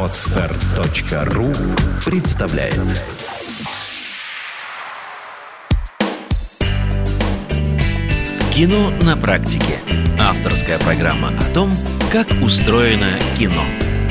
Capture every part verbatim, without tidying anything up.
Подстер точка ру представляет. Кино на практике. Авторская программа о том, как устроено кино.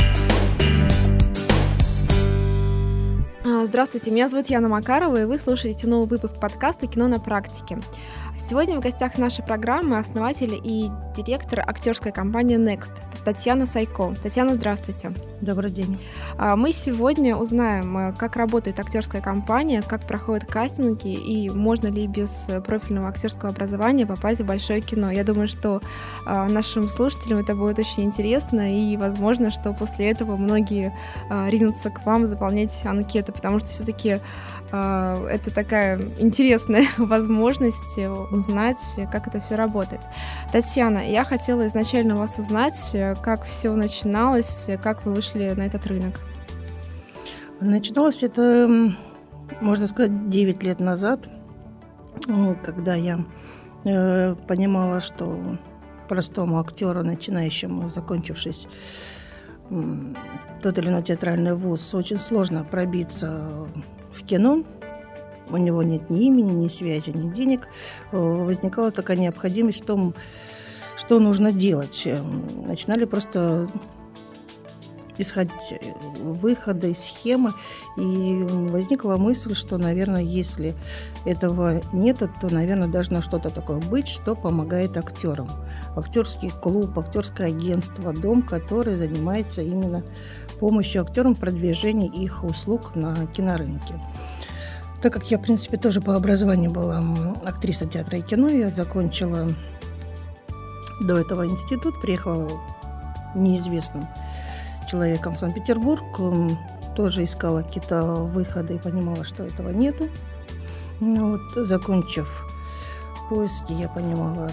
Здравствуйте, меня зовут Яна Макарова, и вы слушаете новый выпуск подкаста «Кино на практике». Сегодня в гостях нашей программы основатель и директор актерской компании Next Татьяна Сайко. Татьяна, здравствуйте. Добрый день. Мы сегодня узнаем, как работает актерская компания, как проходят кастинги и можно ли без профильного актерского образования попасть в большое кино. Я думаю, что нашим слушателям это будет очень интересно, и возможно, что после этого многие ринутся к вам заполнять анкеты, потому что все-таки это такая интересная возможность узнать, как это все работает. Татьяна, я хотела изначально вас узнать, как все начиналось, как вы вышли на этот рынок. Начиналось это, можно сказать, девять лет назад, когда я э, понимала, что простому актеру, начинающему, закончившись э, тот или иной театральный вуз, очень сложно пробиться в кино. У него нет ни имени, ни связи, ни денег. Возникала такая необходимость, что, что нужно делать. Начинали просто искать выходы, схемы. И возникла мысль, что, наверное, если этого нет, то, наверное, должно что-то такое быть, что помогает актерам. Актерский клуб, актерское агентство, дом, который занимается именно помощью актерам в продвижении их услуг на кинорынке. Так как я, в принципе, тоже по образованию была актриса театра и кино, я закончила до этого институт, приехала неизвестным человеком в Санкт-Петербург, тоже искала какие-то выходы и понимала, что этого нету. Вот, закончив поиски, я понимала,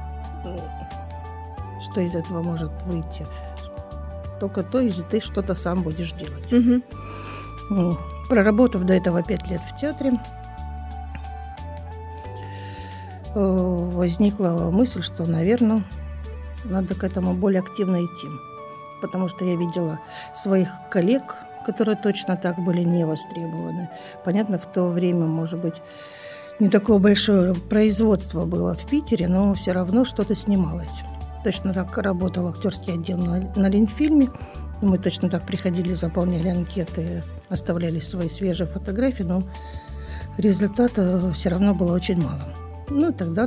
что из этого может выйти. Только то, если ты что-то сам будешь делать. Угу. Проработав до этого пять лет в театре, возникла мысль, что, наверное, надо к этому более активно идти. Потому что я видела своих коллег, которые точно так были не востребованы. Понятно, в то время, может быть, не такое большое производство было в Питере, но все равно что-то снималось. Точно так работал актерский отдел на, на Ленфильме. Мы точно так приходили, заполняли анкеты, оставляли свои свежие фотографии, но результата все равно было очень мало. Ну и тогда,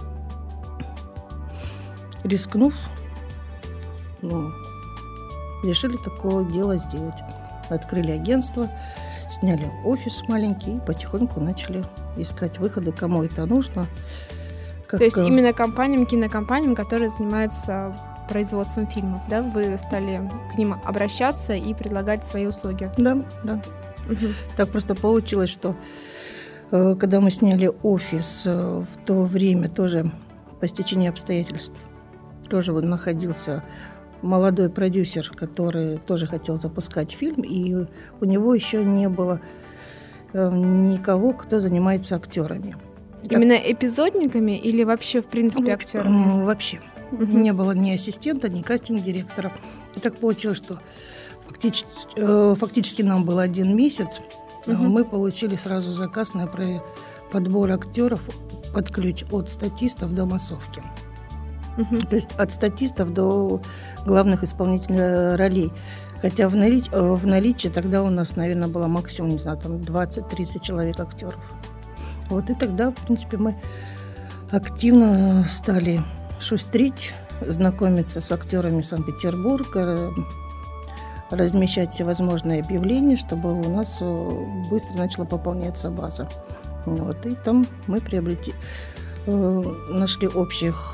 рискнув, ну, решили такое дело сделать. Открыли агентство, сняли офис маленький и потихоньку начали искать выходы, кому это нужно. Как... То есть именно компаниям, кинокомпаниям, которые занимаются производством фильмов, да? Вы стали к ним обращаться и предлагать свои услуги? Да, да. Угу. Так просто получилось, что э, когда мы сняли офис, э, в то время тоже по стечению обстоятельств тоже вот находился молодой продюсер, который тоже хотел запускать фильм, и у него еще не было э, никого, кто занимается актерами. Именно так... эпизодниками или вообще, в принципе, актерами? Вообще. Uh-huh. Не было ни ассистента, ни кастинг-директора. И так получилось, что фактически, э, фактически нам был один месяц. Uh-huh. Мы получили сразу заказ на подбор актеров под ключ от статистов до массовки. Uh-huh. То есть от статистов до главных исполнителей ролей. Хотя в, нали... в наличии тогда у нас, наверное, было максимум, не знаю, там двадцать-тридцать человек актеров. Вот и тогда, в принципе, мы активно стали шустрить, знакомиться с актерами Санкт-Петербурга, размещать всевозможные объявления, чтобы у нас быстро начала пополняться база. Вот, и там мы приобрели, нашли общих,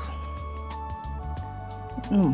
ну,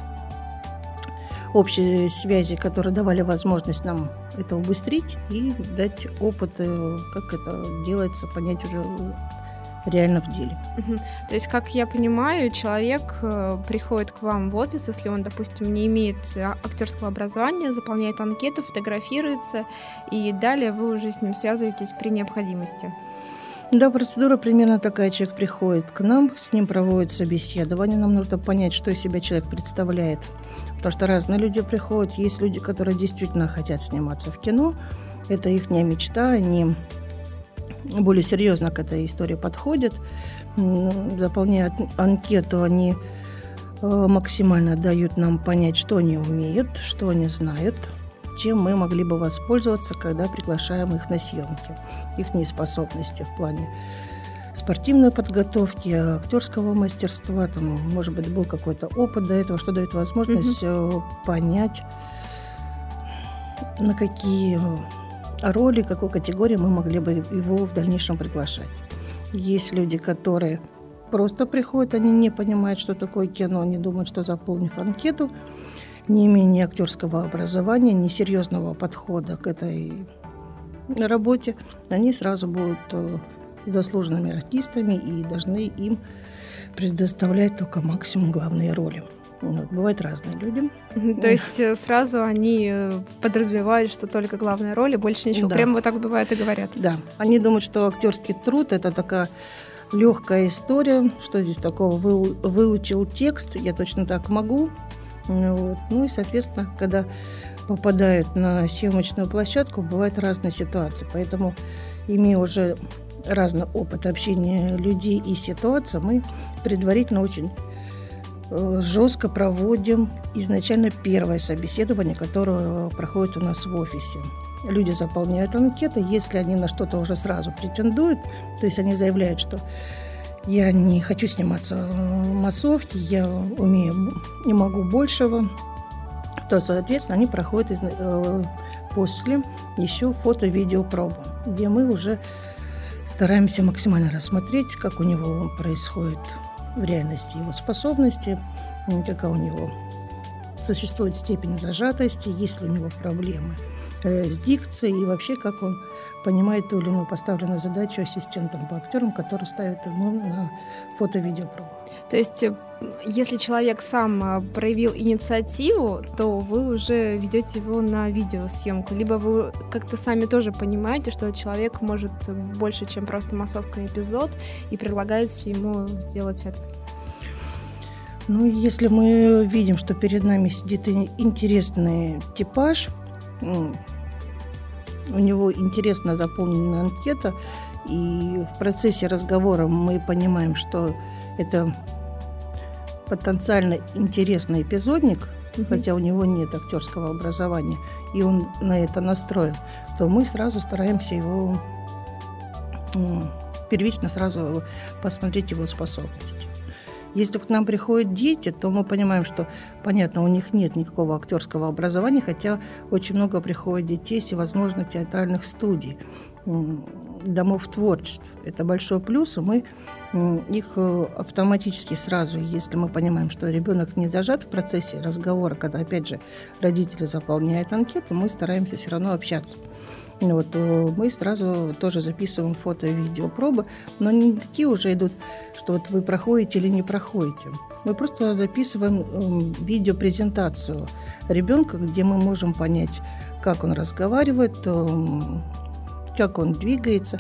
общие связи, которые давали возможность нам это убыстрить и дать опыт, как это делается, понять уже реально в деле. Угу. То есть, как я понимаю, человек э, приходит к вам в офис, если он, допустим, не имеет актерского образования, заполняет анкету, фотографируется, и далее вы уже с ним связываетесь при необходимости. Да, процедура примерно такая. Человек приходит к нам, с ним проводят собеседование. Нам нужно понять, что из себя человек представляет. Потому что разные люди приходят. Есть люди, которые действительно хотят сниматься в кино. Это их мечта. Они более серьезно к этой истории подходят. Заполняя анкету, они максимально дают нам понять, что они умеют, что они знают, чем мы могли бы воспользоваться, когда приглашаем их на съемки. Их неспособности в плане спортивной подготовки, актерского мастерства, там, может быть, был какой-то опыт до этого, что дает возможность mm-hmm. понять, на какие роли, какой категории мы могли бы его в дальнейшем приглашать. Есть люди, которые просто приходят, они не понимают, что такое кино, они думают, что, заполнив анкету, не имея ни актерского образования, ни серьезного подхода к этой работе, они сразу будут заслуженными артистами и должны им предоставлять только максимум главные роли. Вот, бывают разные люди. То есть сразу они подразумевают, что только главные роли, больше ничего. Да. Прямо вот так бывает и говорят. Да. Они думают, что актерский труд – это такая легкая история, что здесь такого вы, выучил текст, я точно так могу. Вот. Ну и, соответственно, когда попадают на съемочную площадку, бывают разные ситуации. Поэтому, имея уже разный опыт общения людей и ситуаций, мы предварительно очень жестко проводим изначально первое собеседование, которое проходит у нас в офисе. Люди заполняют анкеты, если они на что-то уже сразу претендуют, то есть они заявляют, что я не хочу сниматься в массовке, я умею, не могу большего, то, соответственно, они проходят из, э, после еще фото-видеопробу, где мы уже стараемся максимально рассмотреть, как у него происходит в реальности его способности, какая у него существует степень зажатости, есть ли у него проблемы э, с дикцией и вообще, как он понимает ту или иную поставленную задачу ассистентам по актерам, которые ставят ему на фото-видеопробу. То есть, если человек сам проявил инициативу, то вы уже ведете его на видеосъемку, либо вы как-то сами тоже понимаете, что человек может больше, чем просто массовка эпизод, и предлагаете ему сделать это. Ну, если мы видим, что перед нами сидит интересный типаж, у него интересно заполнена анкета, и в процессе разговора мы понимаем, что это потенциально интересный эпизодник, mm-hmm. хотя у него нет актерского образования, и он на это настроен, то мы сразу стараемся его первично сразу посмотреть его способности. Если к нам приходят дети, то мы понимаем, что, понятно, у них нет никакого актерского образования, хотя очень много приходит детей с, возможно, театральных студий, домов творчеств. Это большой плюс, и мы их автоматически сразу, если мы понимаем, что ребенок не зажат в процессе разговора, когда, опять же, родители заполняют анкету, мы стараемся все равно общаться. Вот, мы сразу тоже записываем фото и видеопробы, но не такие уже идут, что вот вы проходите или не проходите. Мы просто записываем видеопрезентацию ребенка, где мы можем понять, как он разговаривает, как он двигается.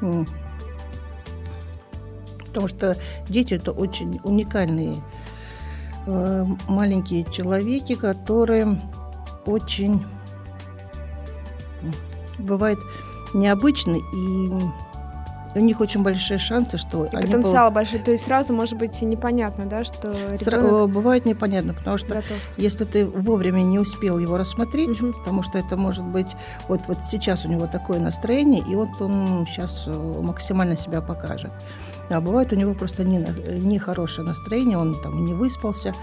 Потому что дети – это очень уникальные маленькие человеки, которые очень бывает необычны, и у них очень большие шансы, что и они... Потенциал пол... большой, то есть сразу может быть и непонятно, да, что ребенок... Бывает непонятно, потому что готов. Если ты вовремя не успел его рассмотреть, угу. потому что это может быть... Вот, вот сейчас у него такое настроение, и вот он сейчас максимально себя покажет. А бывает у него просто нехорошее не настроение, он там не выспался.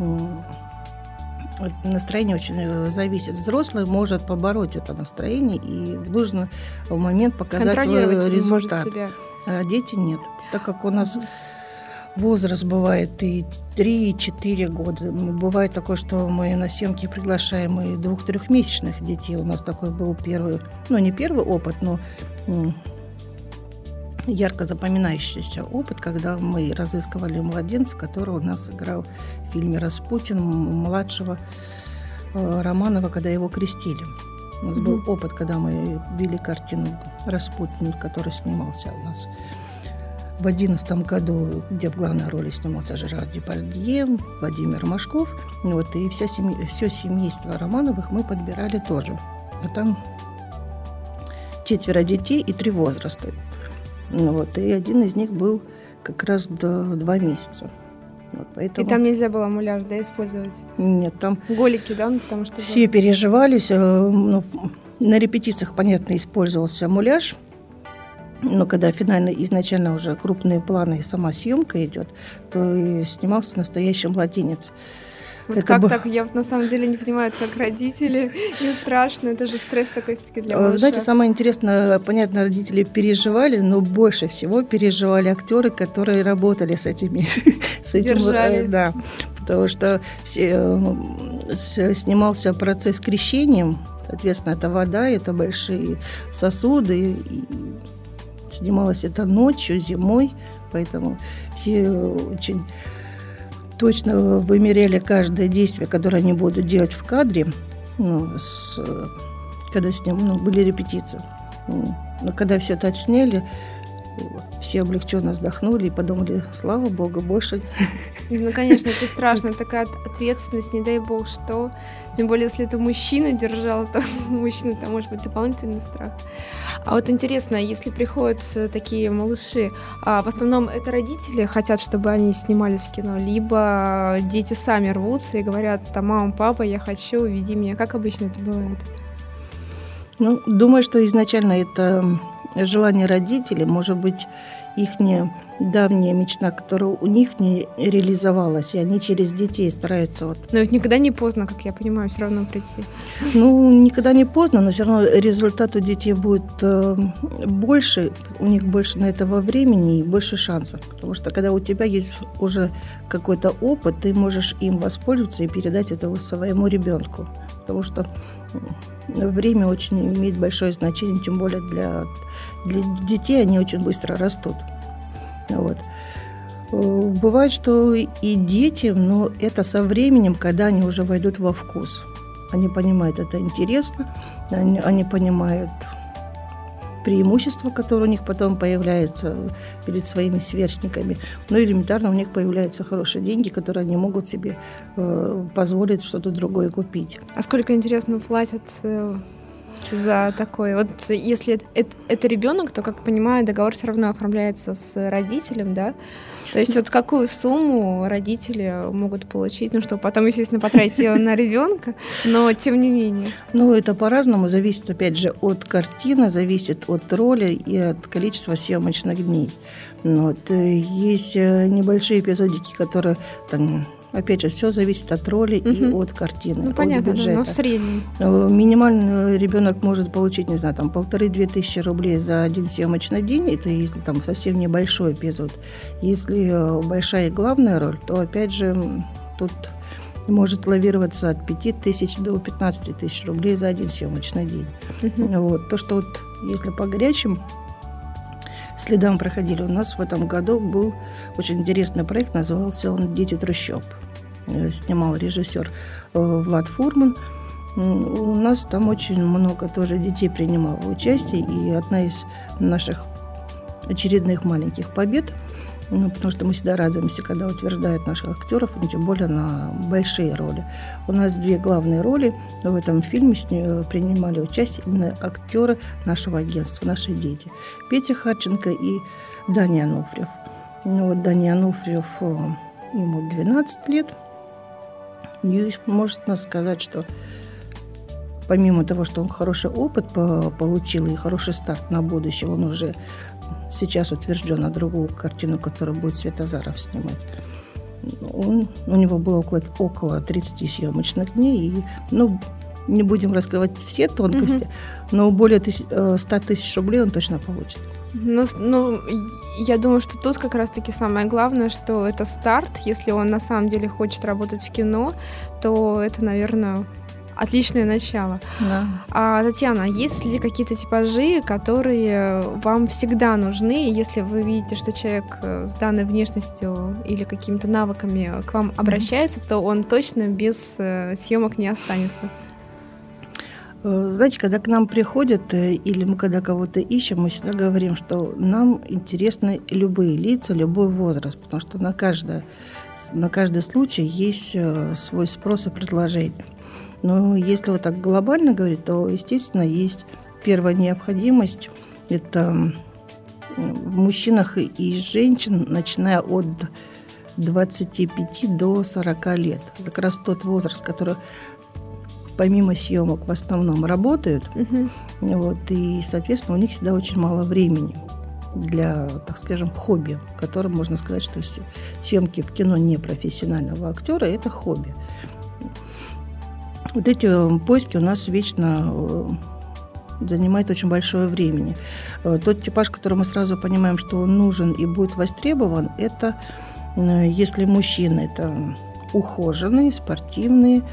Настроение очень зависит. Взрослый может побороть это настроение и в нужный момент показать свой результат. А дети нет. Так как у нас угу. возраст бывает и три, и четыре года. Бывает такое, что мы на съемки приглашаем и двух-трехмесячных детей. У нас такой был первый, ну не первый опыт, но ярко запоминающийся опыт, когда мы разыскивали младенца, который у нас играл в фильме «Распутин» младшего Романова, когда его крестили. У нас mm-hmm. был опыт, когда мы вели картину «Распутин», который снимался у нас в одиннадцатом году, где в главной роли снимался Жерар Депардье, Владимир Машков. Вот, и вся семья, все семейство Романовых мы подбирали тоже. А там четверо детей и три возраста. Вот, и один из них был как раз до два месяца. Вот, поэтому... И там нельзя было муляж, да, использовать? Нет, там... Голики, да? Потому что все было... переживали. Ну, на репетициях, понятно, использовался муляж. Но когда финально изначально уже крупные планы и сама съемка идет, то и снимался настоящий младенец. Вот это как был... так? Я на самом деле не понимаю, как родители. Не страшно, это же стресс такой для малыша. Знаете, самое интересное, понятно, родители переживали, но больше всего переживали актеры, которые работали с этими. С этим, Держали. Да, потому что все, снимался процесс крещением, соответственно, это вода, это большие сосуды, и снималось это ночью, зимой, поэтому все очень точно вымеряли каждое действие, которое они будут делать в кадре, ну, с, когда с ним, ну, были репетиции. Но когда все это отсняли, все облегченно вздохнули и подумали, слава богу, больше. Ну, конечно, это страшно, такая ответственность, не дай бог что. Тем более, если это мужчина держал, то у мужчины там может быть дополнительный страх. А вот интересно, если приходят такие малыши, а в основном это родители хотят, чтобы они снимались в кино, либо дети сами рвутся и говорят, там, мама, папа, я хочу, веди меня. Как обычно это бывает? Ну, думаю, что изначально это желание родителей, может быть, их давняя мечта, которая у них не реализовалась, и они через детей стараются вот... Но ведь никогда не поздно, как я понимаю, все равно прийти. Ну, никогда не поздно, но все равно результат у детей будет э, больше, у них больше на этого времени и больше шансов, потому что когда у тебя есть уже какой-то опыт, ты можешь им воспользоваться и передать это своему ребенку, потому что время очень имеет большое значение, тем более для, для детей, они очень быстро растут. Вот. Бывает, что и дети, но это со временем, когда они уже войдут во вкус. Они понимают, это интересно, они, они понимают преимущества, которые у них потом появляются перед своими сверстниками. Ну, элементарно у них появляются хорошие деньги, которые они могут себе э, позволить что-то другое купить. А сколько, интересно, платят э, за такое? Вот если это, это, это ребенок, то, как понимаю, договор все равно оформляется с родителем, да? То есть вот какую сумму родители могут получить, ну, чтобы потом, естественно, потратить ее на ребенка, но тем не менее. Ну, это по-разному, зависит, опять же, от картины, зависит от роли и от количества съемочных дней. Вот. Есть небольшие эпизодики, которые там... Опять же, все зависит от роли угу. и от картины, ну, от понятно, бюджета. Да, но в среднем. Минимально ребенок может получить, не знаю, там полторы-две тысячи рублей за один съемочный день. Это если там совсем небольшой эпизод. Если большая и главная роль, то опять же тут может лавироваться от пяти тысяч до пятнадцати тысяч рублей за один съемочный день. Угу. Вот. То, что вот если по горячим следам проходили. У нас в этом году был очень интересный проект, назывался он «Дети трущоб». Снимал режиссер Влад Фурман. У нас там очень много тоже детей принимало участие, и одна из наших очередных маленьких побед, ну, потому что мы всегда радуемся, когда утверждают наших актеров, и тем более на большие роли. У нас две главные роли в этом фильме принимали участие именно актеры нашего агентства, наши дети. Петя Харченко и Даня Ануфриев. Ну, вот Даня Ануфриев, ему двенадцать лет. И можно сказать, что помимо того, что он хороший опыт получил и хороший старт на будущее, он уже сейчас утвержден на другую картину, которую будет Светозаров снимать. Он, у него было около, около тридцати съемочных дней. И, ну, не будем раскрывать все тонкости, mm-hmm. но более ста тысяч рублей он точно получит. Ну, ну, я думаю, что тут как раз-таки самое главное, что это старт. Если он на самом деле хочет работать в кино, то это, наверное, отличное начало. Да. А, Татьяна, есть ли какие-то типажи, которые вам всегда нужны, если вы видите, что человек с данной внешностью или какими-то навыками к вам обращается, mm-hmm. то он точно без съемок не останется? Знаете, когда к нам приходят или мы когда кого-то ищем, мы всегда говорим, что нам интересны любые лица, любой возраст, потому что на, каждое, на каждый случай есть свой спрос и предложение. Но если вот так глобально говорить, то, естественно, есть первая необходимость – это в мужчинах и женщин, начиная от двадцати пяти до сорока лет. Как раз тот возраст, который помимо съемок в основном работают, uh-huh. вот, и, соответственно, у них всегда очень мало времени для, так скажем, хобби, которым можно сказать, что съемки в кино непрофессионального актера – это хобби. Вот эти поиски у нас вечно занимают очень большое времени. Тот типаж, который мы сразу понимаем, что он нужен и будет востребован, это если мужчины – это ухоженные, спортивные,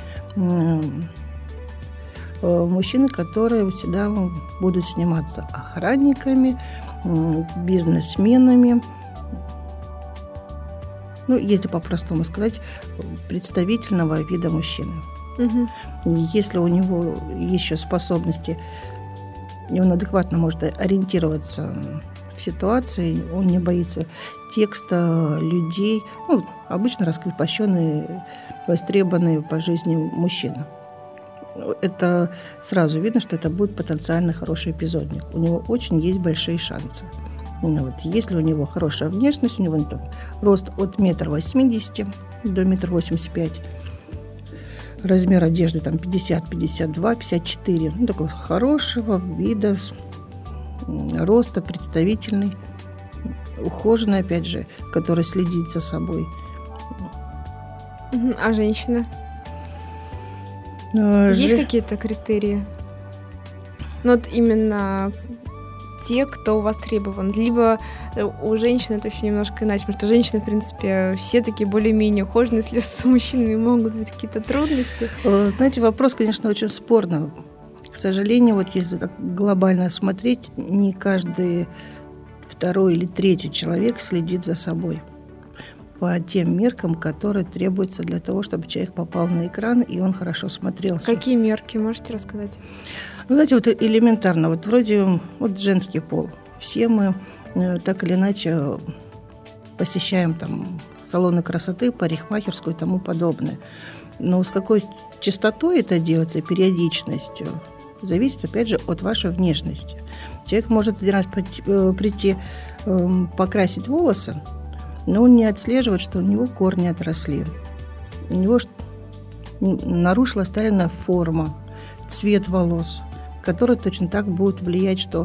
мужчины, которые всегда будут сниматься охранниками, бизнесменами, ну, если по-простому сказать, представительного вида мужчины. Угу. Если у него еще способности, и он адекватно может ориентироваться в ситуации, он не боится текста, людей, ну, обычно раскрепощенный, востребованный по жизни мужчина. Это сразу видно, что это будет потенциально хороший эпизодник. У него очень есть большие шансы. Вот. Если у него хорошая внешность, у него там, рост от метра восьмидесяти до метра восемьдесят пять, размер одежды там пятьдесят, пятьдесят два, пятьдесят четыре, ну, такого хорошего вида, роста, представительный, ухоженный, опять же, который следит за собой. А женщина? Есть Ж... какие-то критерии? Ну, вот именно те, кто востребован. Либо у женщин это все немножко иначе, потому что женщины, в принципе, все такие более-менее ухоженные, если с мужчинами могут быть какие-то трудности. Знаете, вопрос, конечно, очень спорный. К сожалению, вот если так глобально смотреть, не каждый второй или третий человек следит за собой по тем меркам, которые требуются для того, чтобы человек попал на экран, и он хорошо смотрелся. Какие мерки, можете рассказать? Ну, знаете, вот элементарно, вот вроде вот женский пол. Все мы э, так или иначе посещаем там салоны красоты, парикмахерскую и тому подобное. Но с какой частотой это делается, периодичностью, зависит, опять же, от вашей внешности. Человек может один раз прийти, э, покрасить волосы, но он не отслеживает, что у него корни отросли. У него нарушилась старинная форма, цвет волос, который точно так будет влиять, что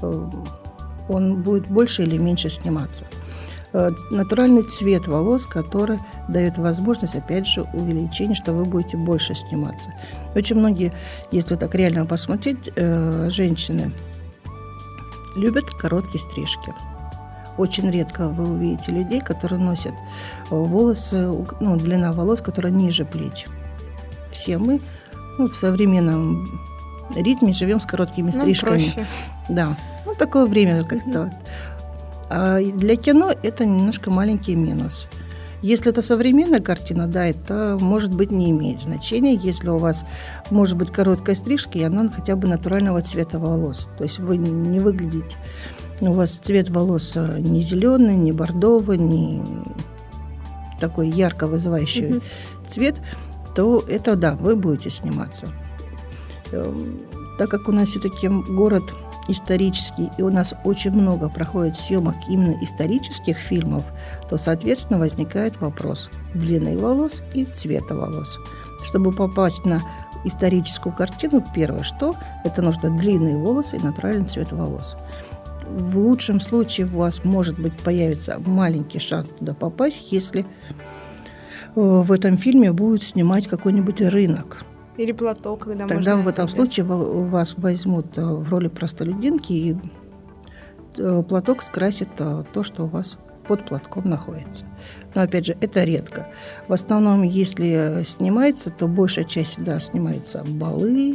он будет больше или меньше сниматься. Натуральный цвет волос, который дает возможность, опять же, увеличения, что вы будете больше сниматься. Очень многие, если так реально посмотреть, женщины любят короткие стрижки. Очень редко вы увидите людей, которые носят волосы, ну, длина волос, которая ниже плеч. Все мы, ну, в современном ритме живем с короткими стрижками. Ну, проще. Да, ну, такое время как-то. А для кино это немножко маленький минус. Если это современная картина, да, это, может быть, не имеет значения, если у вас может быть короткая стрижка, и она хотя бы натурального цвета волос. То есть вы не выглядите... У вас цвет волос не зеленый, не бордовый, не такой ярко вызывающий mm-hmm. цвет, то это, да, вы будете сниматься. Так как у нас все-таки город исторический, и у нас очень много проходит съемок именно исторических фильмов, то, соответственно, возникает вопрос длины волос и цвета волос. Чтобы попасть на историческую картину, первое, что это нужно длинные волосы и натуральный цвет волос. В лучшем случае у вас, может быть, появится маленький шанс туда попасть, если в этом фильме будут снимать какой-нибудь рынок. Или платок, когда Тогда можно в этом одеть. случае вас возьмут в роли простолюдинки, и платок скрасит то, что у вас под платком находится. Но, опять же, это редко. В основном, если снимается, то большая часть всегда снимаются балы,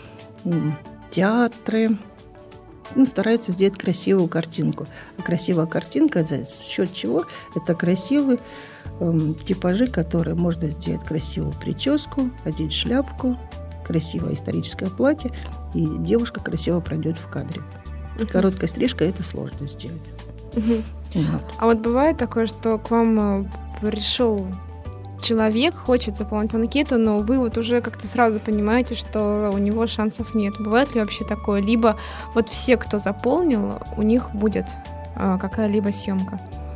театры. Ну, стараются сделать красивую картинку. А красивая картинка, за счет чего? Это красивые э, типажи, которые можно сделать красивую прическу, одеть шляпку, красивое историческое платье, и девушка красиво пройдет в кадре. С короткой стрижкой это сложно сделать. Uh-huh. Вот. А вот бывает такое, что к вам пришел человек, хочет заполнить анкету, но вы вот уже как-то сразу понимаете, что у него шансов нет. Бывает ли вообще такое? Либо вот все, кто заполнил, у них будет а, какая-либо съемка?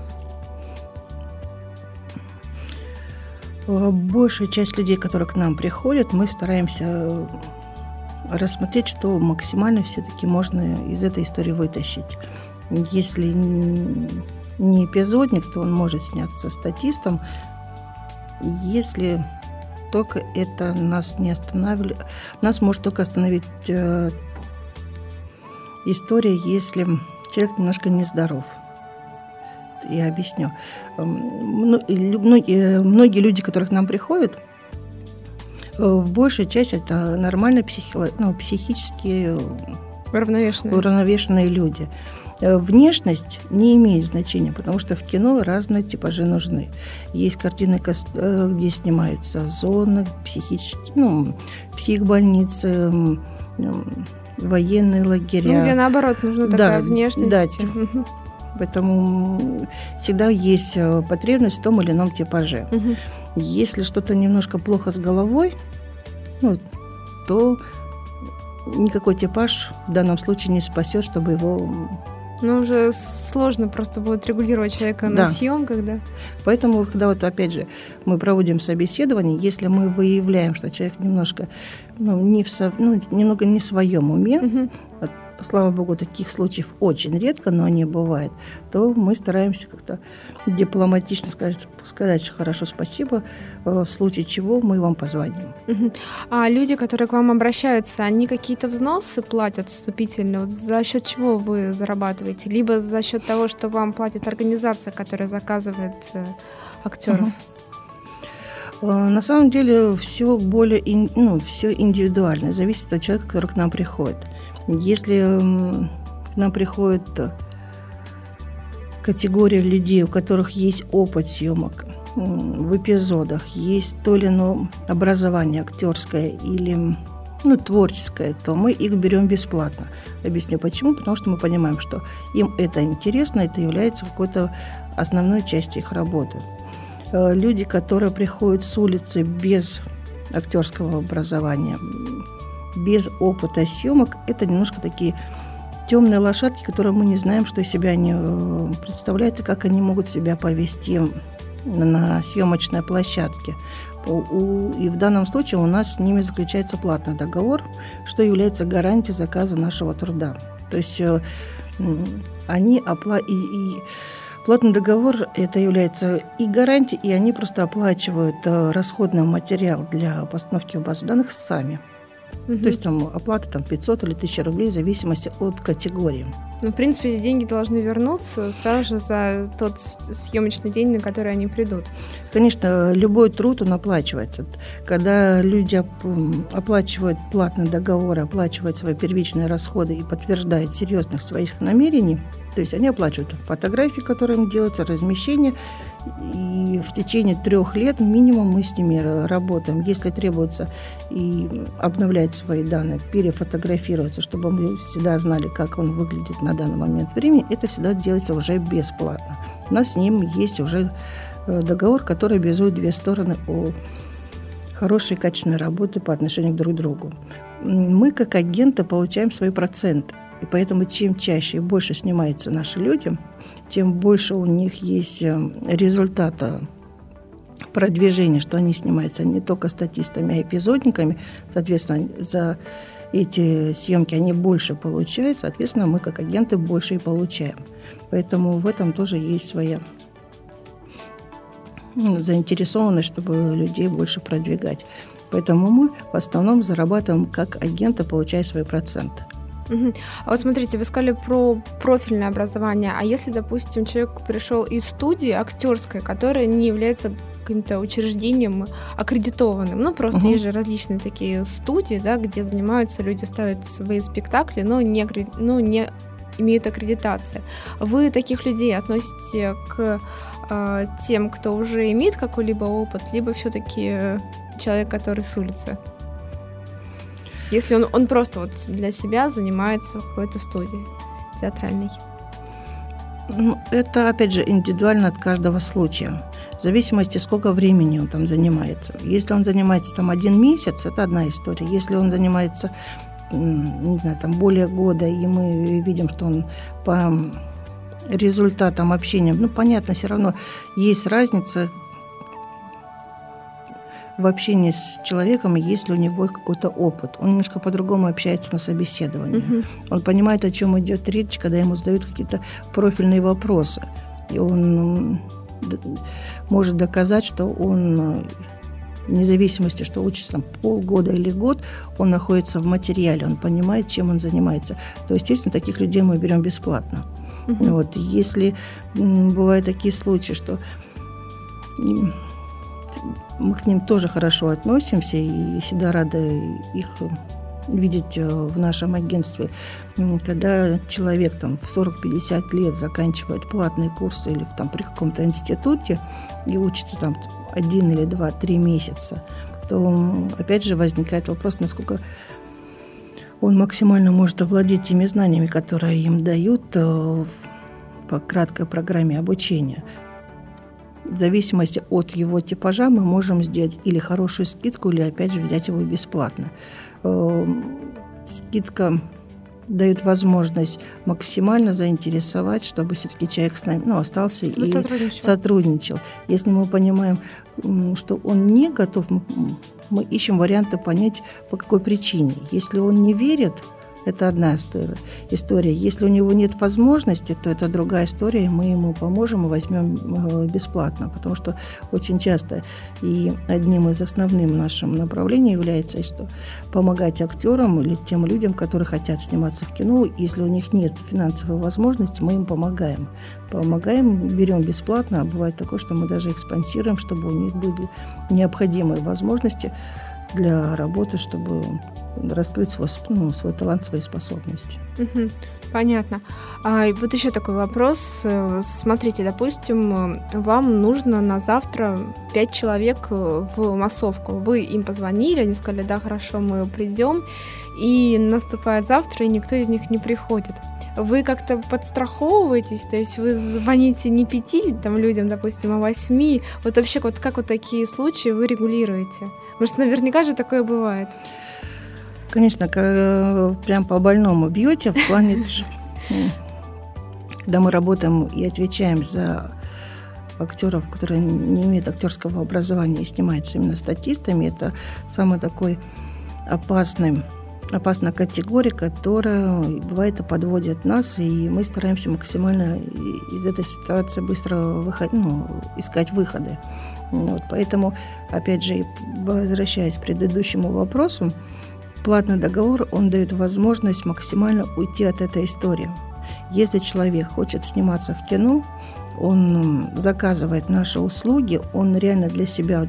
Большая часть людей, которые к нам приходят, мы стараемся рассмотреть, что максимально все-таки можно из этой истории вытащить. Если не эпизодник, то он может сняться статистом. Если только это нас не останавливает, нас может только остановить э, история, если человек немножко нездоров. Я объясню. Многие, многие люди, которые к нам приходят, в большей части это нормальные психи, ну, психически уравновешенные. уравновешенные люди. Внешность не имеет значения, потому что в кино разные типажи нужны. Есть картины, где снимаются зоны, психические, ну, психбольницы, военные лагеря. Ну, где наоборот нужна такая да, внешность. Да, поэтому всегда есть потребность в том или ином типаже. Угу. Если что-то немножко плохо с головой, ну, то никакой типаж в данном случае не спасет, чтобы его... Ну, уже сложно просто будет регулировать человека да. на съемках, да? Поэтому, когда вот опять же мы проводим собеседование, если мы выявляем, что человек немножко, ну, не в со... ну, немного не в своем уме, угу. Слава богу, таких случаев очень редко, но они бывают, то мы стараемся как-то дипломатично сказать, сказать хорошо, спасибо, в случае чего мы вам позвоним. Uh-huh. А люди, которые к вам обращаются, они какие-то взносы платят вступительные? Вот за счет чего вы зарабатываете? Либо за счет того, что вам платит организация, которая заказывает актеров? Uh-huh. На самом деле все более, ну, все индивидуально, зависит от человека, который к нам приходит. Если к нам приходит категория людей, у которых есть опыт съемок в эпизодах, есть то или иное образование актерское или, ну, творческое, то мы их берем бесплатно. Объясню почему. Потому что мы понимаем, что им это интересно, это является какой-то основной частью их работы. Люди, которые приходят с улицы без актерского образования, без опыта съемок, это немножко такие темные лошадки, которые мы не знаем, что из себя они представляют и как они могут себя повести на съемочной площадке. И в данном случае у нас с ними заключается платный договор, что является гарантией заказа нашего труда. То есть они опла... и, и платный договор это является и гарантией, и они просто оплачивают расходный материал для постановки в базу данных сами. Угу. То есть там оплата там, пятьсот или тысяча рублей в зависимости от категории. Ну, в принципе, эти деньги должны вернуться сразу же за тот съемочный день, на который они придут. Конечно, любой труд, он оплачивается. Когда люди оплачивают платный договор, оплачивают свои первичные расходы и подтверждают серьезность своих намерений, то есть они оплачивают фотографии, которые им делаются, размещение, и в течение трех лет минимум мы с ними работаем. Если требуется и обновлять свои данные, перефотографироваться, чтобы мы всегда знали, как он выглядит на данный момент времени, это всегда делается уже бесплатно. У нас с ним есть уже договор, который обязует две стороны о хорошей качественной работе по отношению друг к другу. Мы, как агенты, получаем свои проценты. И поэтому чем чаще и больше снимаются наши люди, тем больше у них есть результата продвижения, что они снимаются не только статистами, а эпизодниками. Соответственно, за эти съемки они больше получают, соответственно, мы как агенты больше и получаем. Поэтому в этом тоже есть своя заинтересованность, чтобы людей больше продвигать. Поэтому мы в основном зарабатываем как агенты, получая свои проценты. Угу. А вот смотрите, вы сказали про профильное образование. А если, допустим, человек пришел из студии актерской, которая не является каким-то учреждением аккредитованным, ну просто угу. есть же различные такие студии, да, где занимаются люди, ставят свои спектакли, но не, ну, не имеют аккредитации. Вы таких людей относите к э, тем, кто уже имеет какой-либо опыт, либо все-таки человек, который с улицы? Если он, он просто вот для себя занимается в какой-то студии театральной. Ну, это, опять же, индивидуально от каждого случая. В зависимости, сколько времени он там занимается. Если он занимается там один месяц, это одна история. Если он занимается, не знаю, там более года, и мы видим, что он по результатам общения, ну, понятно, все равно есть разница в общении с человеком, если у него какой-то опыт. Он немножко по-другому общается на собеседовании. Uh-huh. Он понимает, о чем идет речь, когда ему задают какие-то профильные вопросы. И он может доказать, что он, вне зависимости, что учится там полгода или год, он находится в материале, он понимает, чем он занимается. То, естественно, таких людей мы берем бесплатно. Uh-huh. Вот. Если м, бывают такие случаи, что мы к ним тоже хорошо относимся и всегда рады их видеть в нашем агентстве. Когда человек там, в сорок-пятьдесят лет заканчивает платные курсы или там, при каком-то институте и учится там один или два, три месяца, то опять же возникает вопрос, насколько он максимально может овладеть теми знаниями, которые им дают по краткой программе обучения. В зависимости от его типажа мы можем сделать или хорошую скидку, или, опять же, взять его бесплатно. Скидка дает возможность максимально заинтересовать, чтобы все-таки человек с нами ну, остался чтобы и сотрудничал. сотрудничал. Если мы понимаем, что он не готов, мы ищем варианты понять, по какой причине. Если он не верит, это одна история. Если у него нет возможности, то это другая история, и мы ему поможем и возьмем бесплатно. Потому что очень часто и одним из основных нашим направлений является, что помогать актерам или тем людям, которые хотят сниматься в кино, если у них нет финансовой возможности, мы им помогаем. Помогаем, берем бесплатно, а бывает такое, что мы даже их спонсируем, чтобы у них были необходимые возможности для работы, чтобы раскрыть свой, ну, свой талант, свои способности. Угу, понятно. А вот еще такой вопрос. Смотрите, допустим, вам нужно на завтра пять человек в массовку. Вы им позвонили, они сказали, да, хорошо, мы придем. И наступает завтра, и никто из них не приходит. Вы как-то подстраховываетесь, то есть вы звоните не пяти там, людям, допустим, а восьми. Вот вообще, вот как вот такие случаи вы регулируете? Потому что наверняка же такое бывает. Конечно, прям по больному бьете в плане, когда мы работаем и отвечаем за актеров, которые не имеют актерского образования и снимаются именно статистами, это самый такой опасный, опасная категория, которая, бывает, и подводит нас, и мы стараемся максимально из этой ситуации быстро выход, ну, искать выходы. Вот, поэтому, опять же, возвращаясь к предыдущему вопросу, платный договор, он дает возможность максимально уйти от этой истории. Если человек хочет сниматься в кино, он заказывает наши услуги, он реально для себя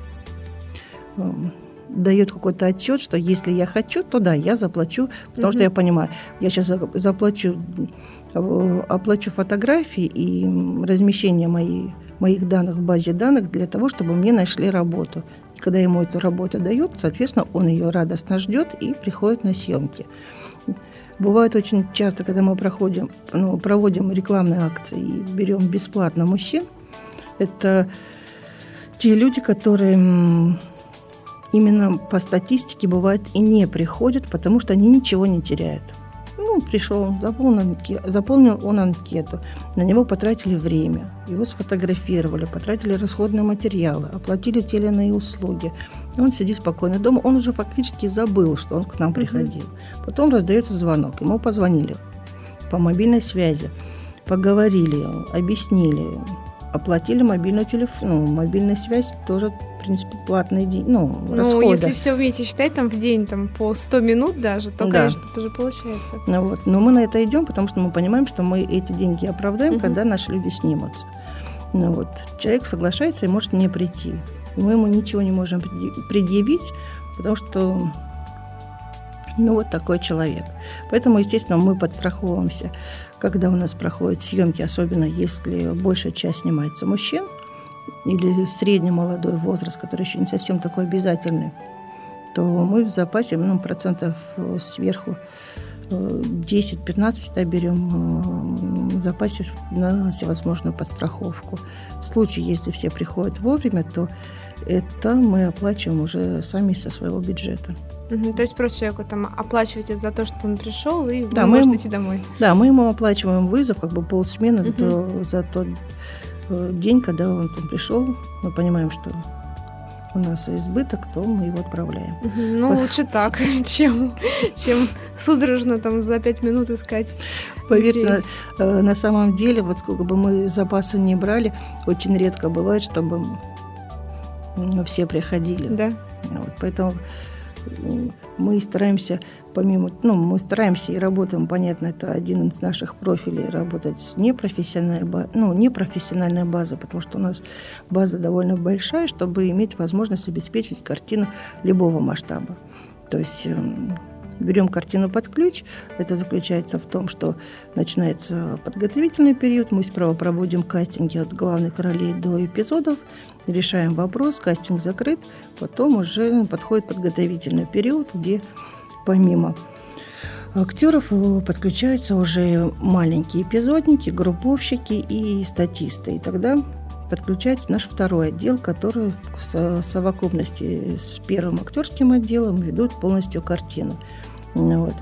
дает какой-то отчет, что если я хочу, то да, я заплачу, потому mm-hmm. что я понимаю, я сейчас заплачу, оплачу фотографии и размещение моей, моих данных в базе данных для того, чтобы мне нашли работу. И когда ему эту работу дают, соответственно, он ее радостно ждет и приходит на съемки. Бывает очень часто, когда мы проходим, ну, проводим рекламные акции и берем бесплатно мужчин, это те люди, которые именно по статистике бывает и не приходят, потому что они ничего не теряют. Ну, пришел, заполнил, заполнил он анкету, на него потратили время, его сфотографировали, потратили расходные материалы, оплатили те или иные услуги. И он сидит спокойно дома, он уже фактически забыл, что он к нам приходил. Mm-hmm. Потом раздается звонок, ему позвонили по мобильной связи, поговорили, объяснили, оплатили мобильную телефон, ну, мобильную связь тоже, в принципе, платные деньги, ну, ну, расходы. Ну, если все вместе считать, там в день там, по сто минут даже, то, да. конечно, это уже получается. Ну, вот. Но мы на это идем, потому что мы понимаем, что мы эти деньги оправдаем, угу. когда наши люди снимутся. Ну, вот. Человек соглашается и может не прийти. Мы ему ничего не можем предъявить, потому что, ну, вот такой человек. Поэтому, естественно, мы подстраховываемся, когда у нас проходят съемки, особенно если большая часть снимается мужчин, или средний молодой возраст, который еще не совсем такой обязательный. то мы в запасе ну, процентов сверху десять-пятнадцать да, берем в запасе на всевозможную подстраховку. В случае, если все приходят вовремя, то это мы оплачиваем уже сами со своего бюджета. Угу, то есть просто человеку там оплачиваете за то, что он пришел, и да, вы мы можете ему, идти домой. Да, мы ему оплачиваем вызов, как бы полсмены угу. за, то, за тот день, когда он там пришел. Мы понимаем, что у нас избыток, то мы его отправляем. Угу, ну, лучше так, чем, чем судорожно там за пять минут искать. Поверьте, на, на самом деле, вот сколько бы мы запасы не брали, очень редко бывает, чтобы все приходили. Да. Вот, поэтому мы стараемся, помимо, ну, мы стараемся и работаем, понятно, это один из наших профилей, работать с непрофессиональной, ну, непрофессиональной базой, потому что у нас база довольно большая, чтобы иметь возможность обеспечить картину любого масштаба. То есть берем картину под ключ. Это заключается в том, что начинается подготовительный период. Мы справа проводим кастинги от главных ролей до эпизодов, решаем вопрос, кастинг закрыт. Потом уже подходит подготовительный период, где помимо актеров подключаются уже маленькие эпизодники, групповщики и статисты. И тогда подключается наш второй отдел, который в совокупности с первым актерским отделом ведут полностью картину. Вот.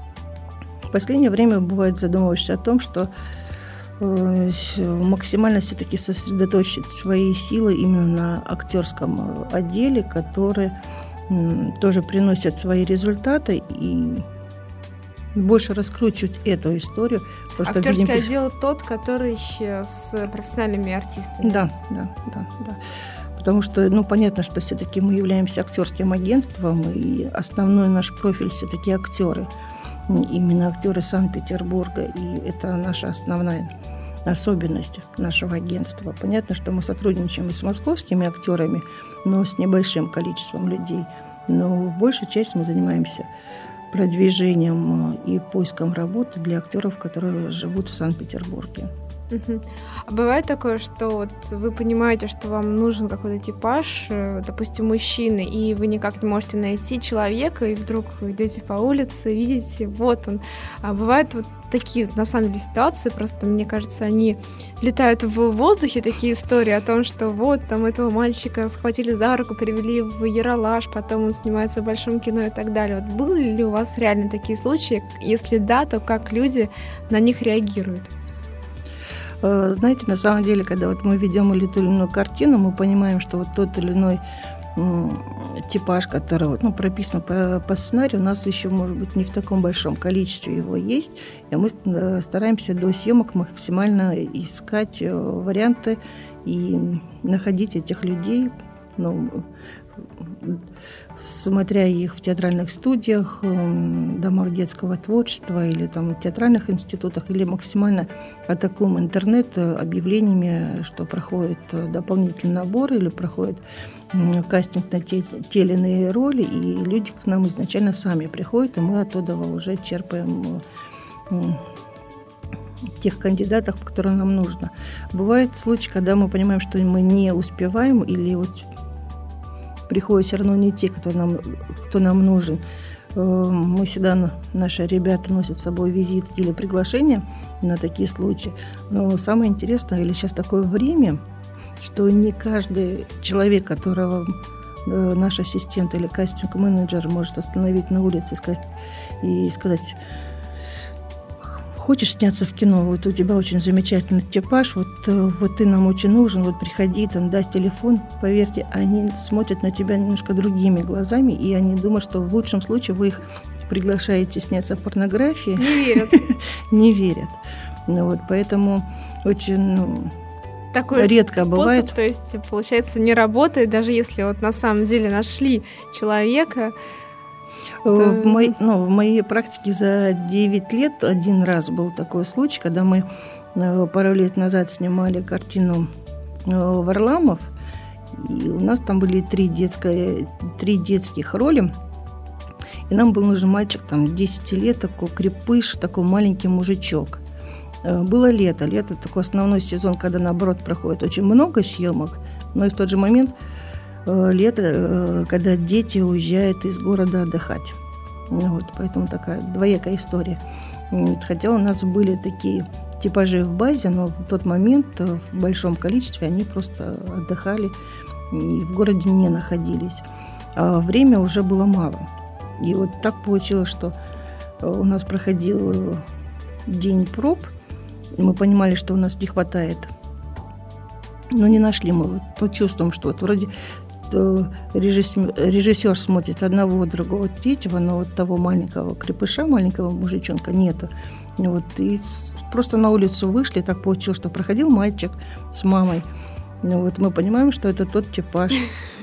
В последнее время бывает задумываешься о том, что э, максимально все-таки сосредоточить свои силы именно на актерском отделе, который э, тоже приносит свои результаты, и больше раскручивать эту историю. Актерский видим... отдел тот, который с профессиональными артистами. Да, да, да, да. Потому что, ну, понятно, что все-таки мы являемся актерским агентством, и основной наш профиль все-таки актеры. Именно актеры Санкт-Петербурга, и это наша основная особенность нашего агентства. Понятно, что мы сотрудничаем и с московскими актерами, но с небольшим количеством людей. Но в большей части мы занимаемся продвижением и поиском работы для актеров, которые живут в Санкт-Петербурге. Uh-huh. А бывает такое, что вот вы понимаете, что вам нужен какой-то типаж, допустим, мужчины, и вы никак не можете найти человека, и вдруг вы идете по улице, видите, вот он. А бывают вот такие, на самом деле, ситуации, просто, мне кажется, они летают в воздухе, такие истории о том, что вот там этого мальчика схватили за руку, привели в Ералаш, потом он снимается в большом кино и так далее. Вот были ли у вас реально такие случаи? Если да, то как люди на них реагируют? Знаете, на самом деле, когда вот мы ведем ту или иную картину, мы понимаем, что вот тот или иной м, типаж, который ну, прописан по, по сценарию, у нас еще, может быть, не в таком большом количестве его есть, и мы стараемся до съемок максимально искать варианты и находить этих людей, ну, смотря их в театральных студиях, домах детского творчества или там в театральных институтах, или максимально атакуем интернет объявлениями, что проходит дополнительный набор или проходит кастинг на те, те или иные роли, и люди к нам изначально сами приходят, и мы оттуда уже черпаем тех кандидатов, которые нам нужно. Бывают случаи, когда мы понимаем, что мы не успеваем, или вот приходят все равно не те, кто нам, кто нам нужен. Мы всегда, наши ребята носят с собой визит или приглашение на такие случаи. Но самое интересное, или сейчас такое время, что не каждый человек, которого наш ассистент или кастинг-менеджер может остановить на улице и сказать, и сказать: хочешь сняться в кино, вот у тебя очень замечательный типаж, вот, вот ты нам очень нужен, вот приходи, там, дай телефон. Поверьте, они смотрят на тебя немножко другими глазами, и они думают, что в лучшем случае вы их приглашаете сняться в порнографии. Не верят. Не верят. Вот, поэтому очень ну, такой редко способ, бывает. То есть, получается, не работает, даже если вот на самом деле нашли человека. В, моей, ну, в моей практике за девять лет один раз был такой случай, когда мы пару лет назад снимали картину «Варламов», и у нас там были три, детское, три детских роли, и нам был нужен мальчик там десять лет, такой крепыш, такой маленький мужичок. Было лето, лето такой основной сезон, когда наоборот проходит очень много съемок, но и в тот же момент лето, когда дети уезжают из города отдыхать. Вот, поэтому такая двоякая история. Хотя у нас были такие типажи в базе, но в тот момент в большом количестве они просто отдыхали и в городе не находились. А время уже было мало. И вот так получилось, что у нас проходил день проб, и мы понимали, что у нас не хватает. Но не нашли мы. Вот, вот чувствуем, что вот вроде режиссер, режиссер смотрит одного, другого, третьего, но вот того маленького крепыша, маленького мужичонка нету. Вот, и просто на улицу вышли, так получилось, что проходил мальчик с мамой. Ну, вот мы понимаем, что это тот типаж.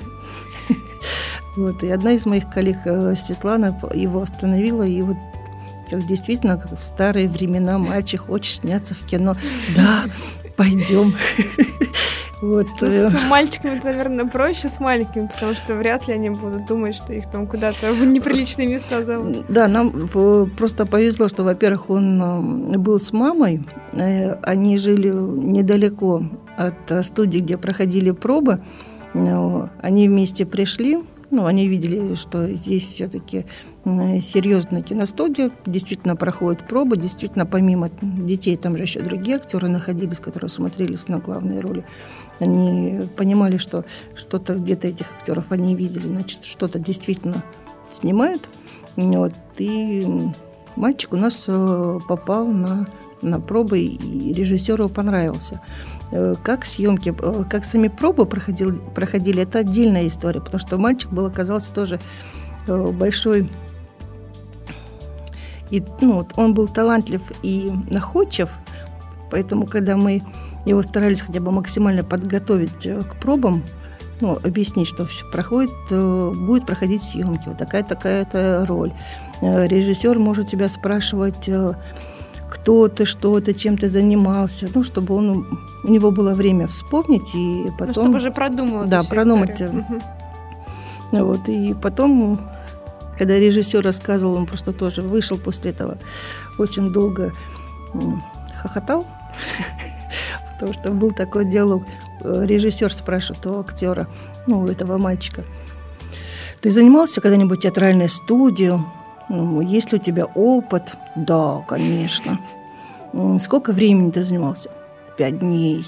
Вот, и одна из моих коллег, Светлана, его остановила, и вот как действительно, как в старые времена, мальчик хочет сняться в кино. Да, пойдем. Вот. С мальчиками, наверное, проще с маленькими, потому что вряд ли они будут думать, что их там куда-то в неприличные места зовут. Да, нам просто повезло, что, во-первых, он был с мамой. Они жили недалеко от студии, где проходили пробы. Они вместе пришли. Ну, они видели, что здесь все-таки серьезная киностудия, действительно проходят пробы, действительно помимо детей там же еще другие актеры находились, которые смотрелись на главные роли. Они понимали, что что-то где-то этих актеров они видели, значит, что-то действительно снимают. Вот. И мальчик у нас попал на, на пробы, и режиссеру понравился. Как съемки, как сами пробы проходили, проходили, это отдельная история, потому что мальчик был, оказался тоже большой, и, ну, он был талантлив и находчив, поэтому, когда мы его старались хотя бы максимально подготовить к пробам, ну, объяснить, что проходит, будет проходить съемки, вот такая-такая роль. Режиссер может тебя спрашивать, кто ты, что ты, чем ты занимался, ну, чтобы он, у него было время вспомнить и потом... Ну, чтобы уже продумывать. Да, продумать. Угу. Вот, и потом, когда режиссер рассказывал, он просто тоже вышел после этого, очень долго хохотал, потому что был такой диалог. Режиссер спрашивает у актера, ну, у этого мальчика: ты занимался когда-нибудь в театральной студии? Ну, есть ли у тебя опыт? Да, конечно. Сколько времени ты занимался? Пять дней.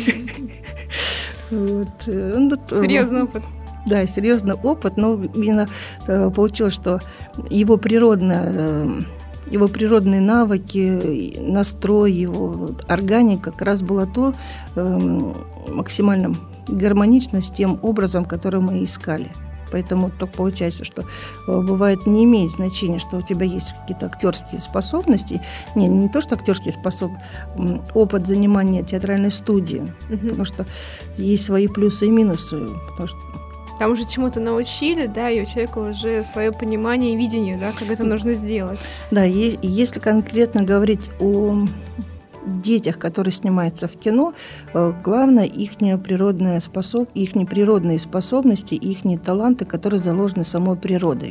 Серьезный опыт. Да, серьезный опыт, но именно получилось, что его природная, его природные навыки, настрой, его органика как раз было то максимально гармонично с тем образом, который мы искали. Поэтому так получается, что бывает не имеет значения, что у тебя есть какие-то актерские способности. Не, не то, что актерские способности, опыт занимания театральной студии. Угу. Потому что есть свои плюсы и минусы. Потому что... Там уже чему-то научили, да, и у человека уже свое понимание и видение, да, как это нужно сделать. Да, и если конкретно говорить о детях, которые снимаются в кино, главное их природная способ, их природные способности, их таланты, которые заложены самой природой.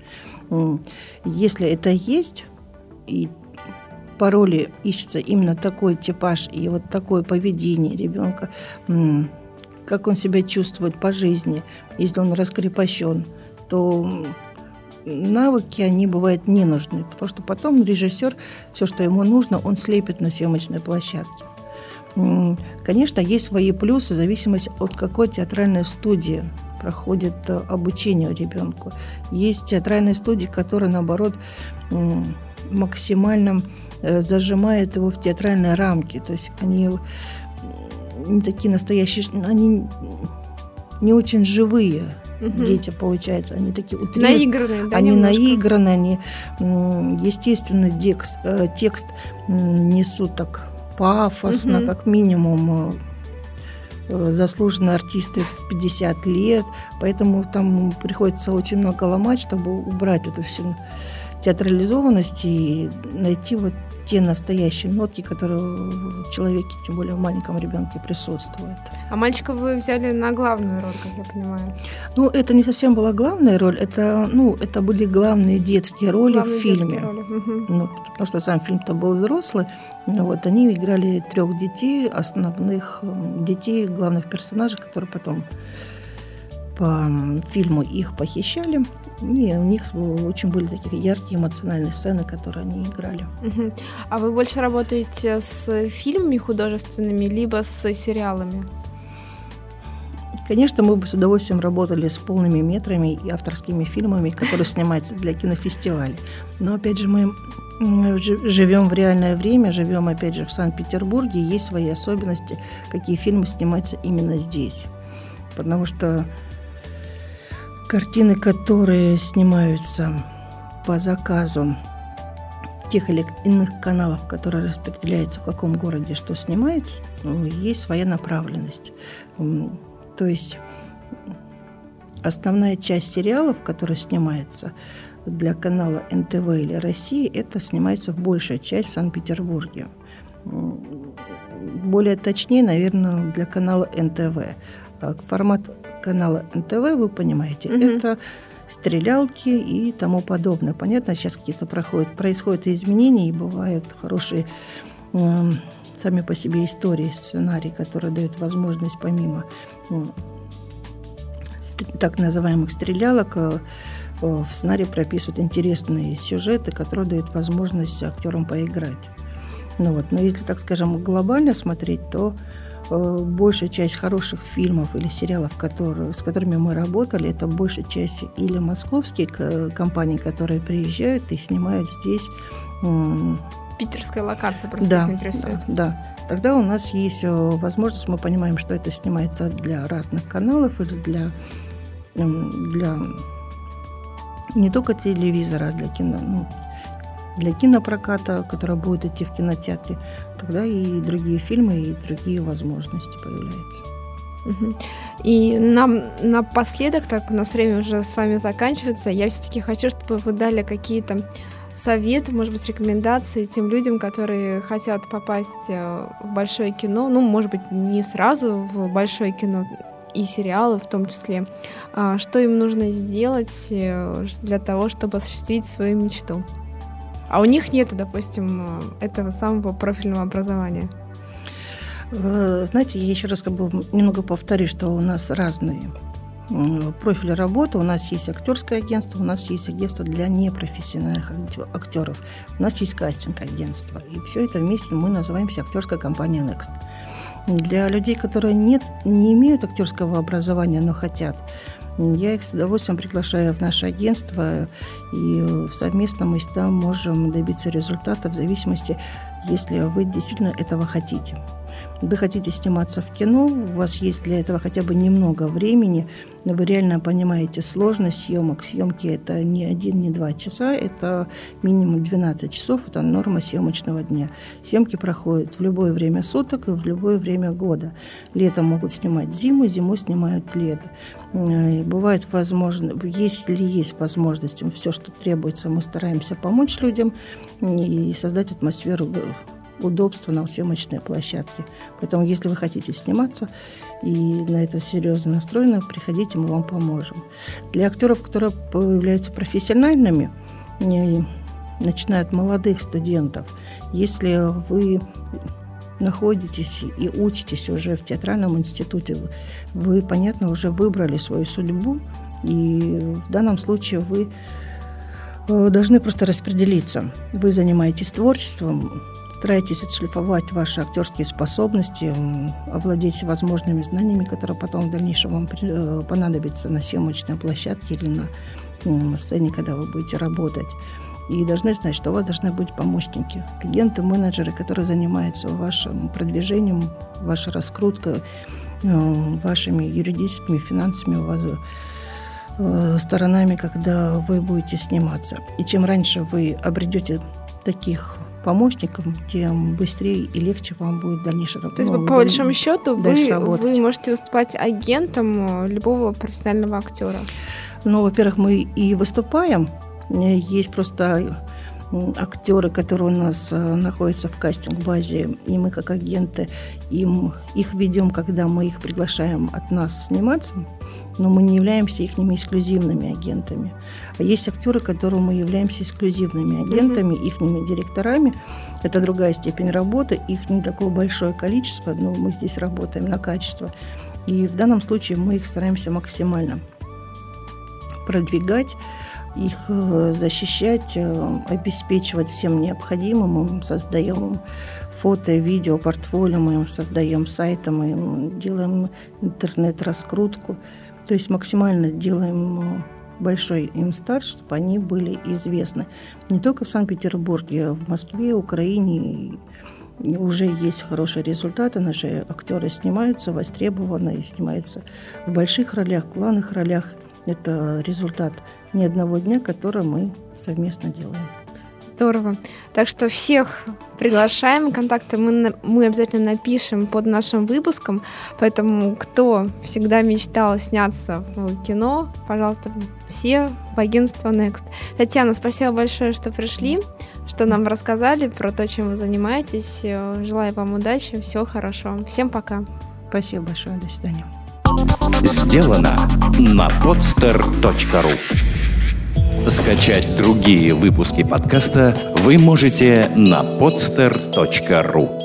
Если это есть, и по роли ищется именно такой типаж и вот такое поведение ребенка, как он себя чувствует по жизни, если он раскрепощен, то навыки, они бывают не нужны, потому что потом режиссер, все, что ему нужно, он слепит на съемочной площадке. Конечно, есть свои плюсы, в зависимости от какой театральной студии проходит обучение у ребенка. Есть театральные студии, которые, наоборот, максимально зажимают его в театральные рамки, то есть они не такие настоящие, они не очень живые. Угу. Дети, получается, они такие утрированные. Наигранные, да, они немножко. наиграны, они, естественно, текст, текст несут так пафосно, угу. как минимум заслуженные артисты в пятьдесят лет, поэтому там приходится очень много ломать, чтобы убрать эту всю театрализованность и найти вот те настоящие нотки, которые в человеке, тем более в маленьком ребенке, присутствуют. А мальчика вы взяли на главную роль, как я понимаю? Ну, это не совсем была главная роль, это, ну, это были главные детские роли главные в фильме. Роли. Угу. Ну, потому что сам фильм-то был взрослый. Вот, они играли трех детей, основных детей, главных персонажей, которые потом по фильму их похищали. И у них очень были такие яркие эмоциональные сцены, которые они играли. Угу. А вы больше работаете с фильмами художественными, либо с сериалами? Конечно, мы бы с удовольствием работали с полными метрами и авторскими фильмами, которые снимаются для кинофестивалей. Но, опять же, мы живем в реальное время, живем, опять же, в Санкт-Петербурге, есть свои особенности, какие фильмы снимаются именно здесь. Потому что картины, которые снимаются по заказу тех или иных каналов, которые распределяются, в каком городе что снимается, есть своя направленность. То есть основная часть сериалов, которые снимаются для канала эн тэ вэ или России, это снимается в большая часть в Санкт-Петербурге. Более точнее, наверное, для канала эн тэ вэ. Формат канала эн тэ вэ, вы понимаете, mm-hmm. это стрелялки и тому подобное. Понятно, сейчас какие-то проходят, происходят изменения, и бывают хорошие э, сами по себе истории, сценарии, которые дают возможность помимо э, так называемых стрелялок э, в сценарии прописывают интересные сюжеты, которые дают возможность актерам поиграть. Ну вот. Но если, так скажем, глобально смотреть, то большая часть хороших фильмов или сериалов, которые, с которыми мы работали, это большая часть или московские компании, которые приезжают и снимают здесь. Питерская локация просто да, их интересует. Да, да. Тогда у нас есть возможность, мы понимаем, что это снимается для разных каналов или для, для не только телевизора, а для кино. Ну, для кинопроката, который будет идти в кинотеатре, тогда и другие фильмы, и другие возможности появляются. Угу. И нам напоследок, так у нас время уже с вами заканчивается, я все-таки хочу, чтобы вы дали какие-то советы, может быть, рекомендации тем людям, которые хотят попасть в большое кино, ну, может быть, не сразу в большое кино, и сериалы в том числе. Что им нужно сделать для того, чтобы осуществить свою мечту? А у них нету, допустим, этого самого профильного образования. Знаете, я еще раз как бы немного повторю, что у нас разные профили работы. У нас есть актерское агентство, у нас есть агентство для непрофессиональных актеров, у нас есть кастинг-агентство. И все это вместе мы называемся актерская компания Next. Для людей, которые нет, не имеют актерского образования, но хотят, я их с удовольствием приглашаю в наше агентство, и совместно мы всегда можем добиться результата в зависимости, если вы действительно этого хотите. Вы хотите сниматься в кино, у вас есть для этого хотя бы немного времени, вы реально понимаете сложность съемок. Съемки – это не один, не два часа, это минимум двенадцать часов, это норма съемочного дня. Съемки проходят в любое время суток и в любое время года. Летом могут снимать зиму, зимой снимают лето. Бывает возможно, если есть возможность, все, что требуется, мы стараемся помочь людям и создать атмосферу удобства на съемочной площадке. Поэтому, если вы хотите сниматься и на это серьезно настроены, приходите, мы вам поможем. Для актеров, которые являются профессиональными, начиная от молодых студентов, если вы находитесь и учитесь уже в театральном институте, вы, понятно, уже выбрали свою судьбу, и в данном случае вы должны просто распределиться. Вы занимаетесь творчеством, старайтесь отшлифовать ваши актерские способности, овладеть возможными знаниями, которые потом в дальнейшем вам понадобятся на съемочной площадке или на сцене, когда вы будете работать. И должны знать, что у вас должны быть помощники, агенты, менеджеры, которые занимаются вашим продвижением, вашей раскруткой, вашими юридическими, финансовыми сторонами, когда вы будете сниматься. И чем раньше вы обретете таких помощников, тем быстрее и легче вам будет дальнейшая работа. То есть, ну, по большому счету, вы, вы можете выступать агентом любого профессионального актера? Ну, во-первых, мы и выступаем. Есть просто актеры, которые у нас находятся в кастинг-базе, и мы как агенты им, их ведем, когда мы их приглашаем от нас сниматься, но мы не являемся их эксклюзивными агентами. А есть актеры, которые мы являемся эксклюзивными агентами, mm-hmm. ихними директорами. Это другая степень работы, их не такое большое количество, но мы здесь работаем на качество. И в данном случае мы их стараемся максимально продвигать, их защищать, обеспечивать всем необходимым. Мы создаем фото, видео, портфолио, мы создаем сайты, мы делаем интернет-раскрутку. То есть максимально делаем большой им старт, чтобы они были известны. Не только в Санкт-Петербурге, а в Москве, Украине уже есть хорошие результаты. Наши актеры снимаются, востребованы, и снимаются в больших ролях, в главных ролях. Это результат ни одного дня, который мы совместно делаем. Здорово. Так что всех приглашаем. Контакты мы, мы обязательно напишем под нашим выпуском. Поэтому, кто всегда мечтал сняться в кино, пожалуйста, все в агентство Next. Татьяна, спасибо большое, что пришли, что нам рассказали про то, чем вы занимаетесь. Желаю вам удачи, всего хорошего. Всем пока. Спасибо большое. До свидания. Сделано на podster точка ру. Скачать другие выпуски подкаста вы можете на podster точка ру.